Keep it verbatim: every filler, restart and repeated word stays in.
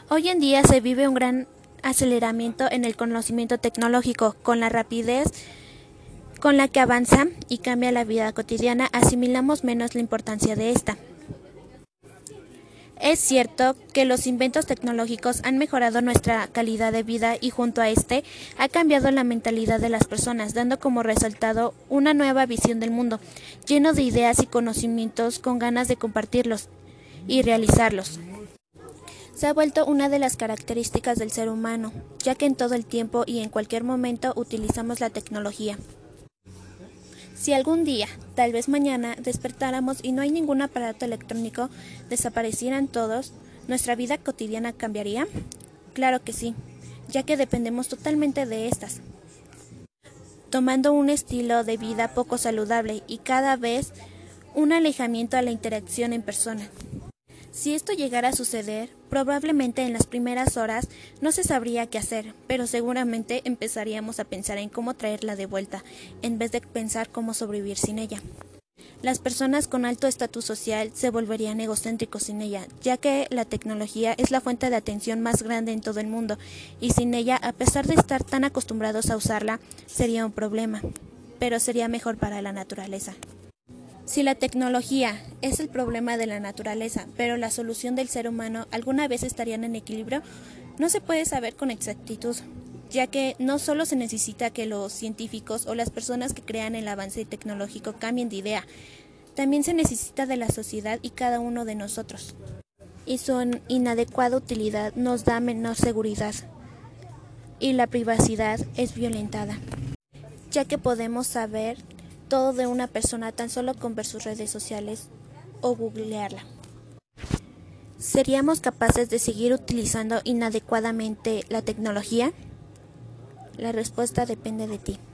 Hoy en día se vive un gran aceleramiento en el conocimiento tecnológico. Con la rapidez con la que avanza y cambia la vida cotidiana, asimilamos menos la importancia de esta. Es cierto que los inventos tecnológicos han mejorado nuestra calidad de vida y junto a este ha cambiado la mentalidad de las personas, dando como resultado una nueva visión del mundo, lleno de ideas y conocimientos con ganas de compartirlos y realizarlos. Se ha vuelto una de las características del ser humano, ya que en todo el tiempo y en cualquier momento utilizamos la tecnología. Si algún día, tal vez mañana, despertáramos y no hay ningún aparato electrónico, desaparecieran todos, ¿nuestra vida cotidiana cambiaría? Claro que sí, ya que dependemos totalmente de estas, tomando un estilo de vida poco saludable y cada vez un alejamiento a la interacción en persona. Si esto llegara a suceder, probablemente en las primeras horas no se sabría qué hacer, pero seguramente empezaríamos a pensar en cómo traerla de vuelta, en vez de pensar cómo sobrevivir sin ella. Las personas con alto estatus social se volverían egocéntricos sin ella, ya que la tecnología es la fuente de atención más grande en todo el mundo, y sin ella, a pesar de estar tan acostumbrados a usarla, sería un problema, pero sería mejor para la naturaleza. Si la tecnología es el problema de la naturaleza, pero la solución del ser humano, ¿alguna vez estarían en equilibrio? No se puede saber con exactitud, ya que no solo se necesita que los científicos o las personas que crean el avance tecnológico cambien de idea, también se necesita de la sociedad y cada uno de nosotros. Y su inadecuada utilidad nos da menor seguridad, y la privacidad es violentada, ya que podemos saber todo de una persona tan solo con ver sus redes sociales o googlearla. ¿Seríamos capaces de seguir utilizando inadecuadamente la tecnología? La respuesta depende de ti.